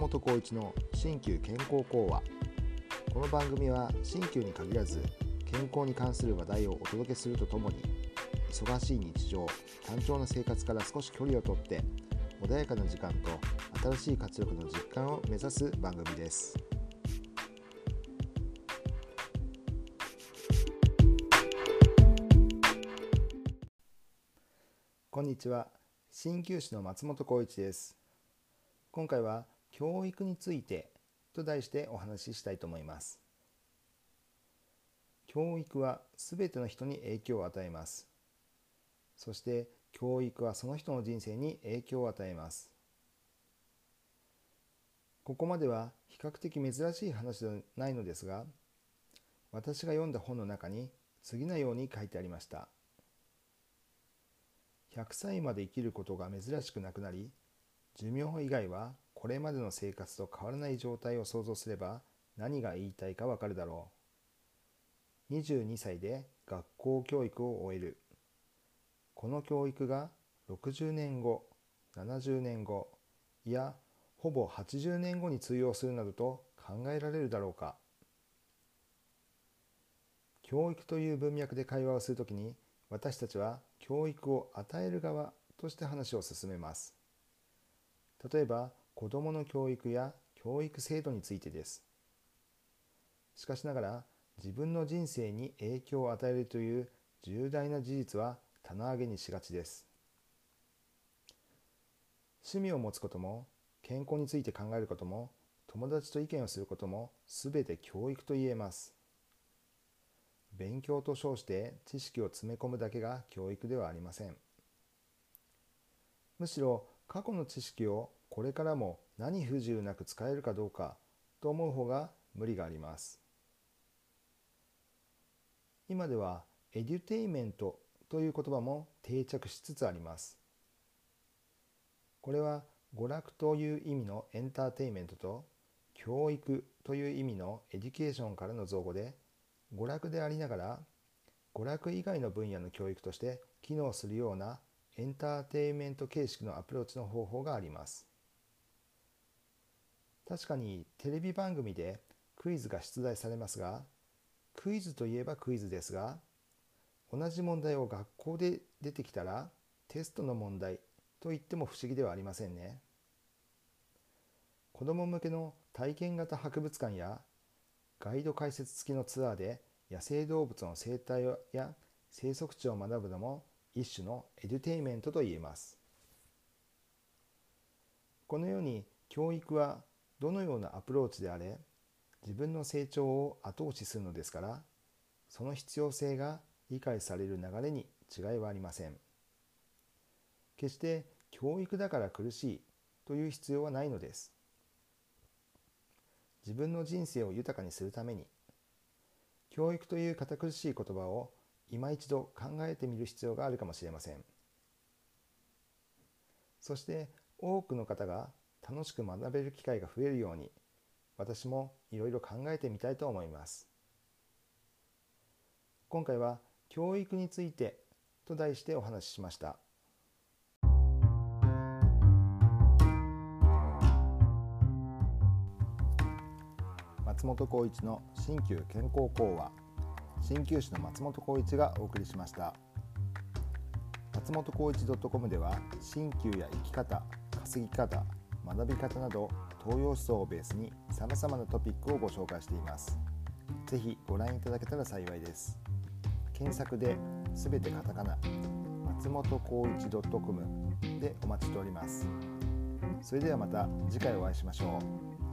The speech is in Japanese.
本浩一の新旧健康講話。この番組は新旧に限らず健康に関する話題をお届けするとともに、忙しい日常、単調な生活から少し距離をとって穏やかな時間と新しい活力の実感を目指す番組です。こんにちは、鍼灸師の松本浩一です。今回は教育についてと題してお話ししたいと思います。教育はすべての人に影響を与えます。そして教育はその人の人生に影響を与えます。ここまでは比較的珍しい話ではないのですが、私が読んだ本の中に次のように書いてありました。100歳まで生きることが珍しくなくなり、寿命以外はこれまでの生活と変わらない状態を想像すれば何が言いたいかわかるだろう。22歳で学校教育を終える。この教育が60年後、70年後、いやほぼ80年後に通用するなどと考えられるだろうか。教育という文脈で会話をするときに、私たちは教育を与える側として話を進めます。例えば、子どもの教育や教育制度についてです。しかしながら、自分の人生に影響を与えるという重大な事実は棚上げにしがちです。趣味を持つことも、健康について考えることも、友達と意見をすることも、すべて教育と言えます。勉強と称して知識を詰め込むだけが教育ではありません。むしろ過去の知識をこれからも何不自由なく使えるかどうかと思う方が無理があります。今ではエデュテイメントという言葉も定着しつつあります。これは娯楽という意味のエンターテイメントと教育という意味のエデュケーションからの造語で、娯楽でありながら娯楽以外の分野の教育として機能するようなエンターテイメント形式のアプローチの方法があります。確かにテレビ番組でクイズが出題されますが、クイズといえばクイズですが、同じ問題を学校で出てきたらテストの問題と言っても不思議ではありませんね。子ども向けの体験型博物館やガイド解説付きのツアーで野生動物の生態や生息地を学ぶのも一種のエデュテイメントと言えます。このように教育はどのようなアプローチであれ、自分の成長を後押しするのですから、その必要性が理解される流れに違いはありません。決して教育だから苦しいという必要はないのです。自分の人生を豊かにするために、教育という堅苦しい言葉を今一度考えてみる必要があるかもしれません。そして多くの方が楽しく学べる機会が増えるように、私もいろいろ考えてみたいと思います。今回は教育についてと題してお話ししました。松本浩一の鍼灸健康講話。鍼灸師の松本浩一がお送りしました。松本浩一 .com では鍼灸や生き方、稼ぎ方、学び方など東洋思想をベースにさまざまなトピックをご紹介しています。ぜひご覧いただけたら幸いです。検索ですべてカタカナ、松本浩一 .com でお待ちしております。それではまた次回お会いしましょう。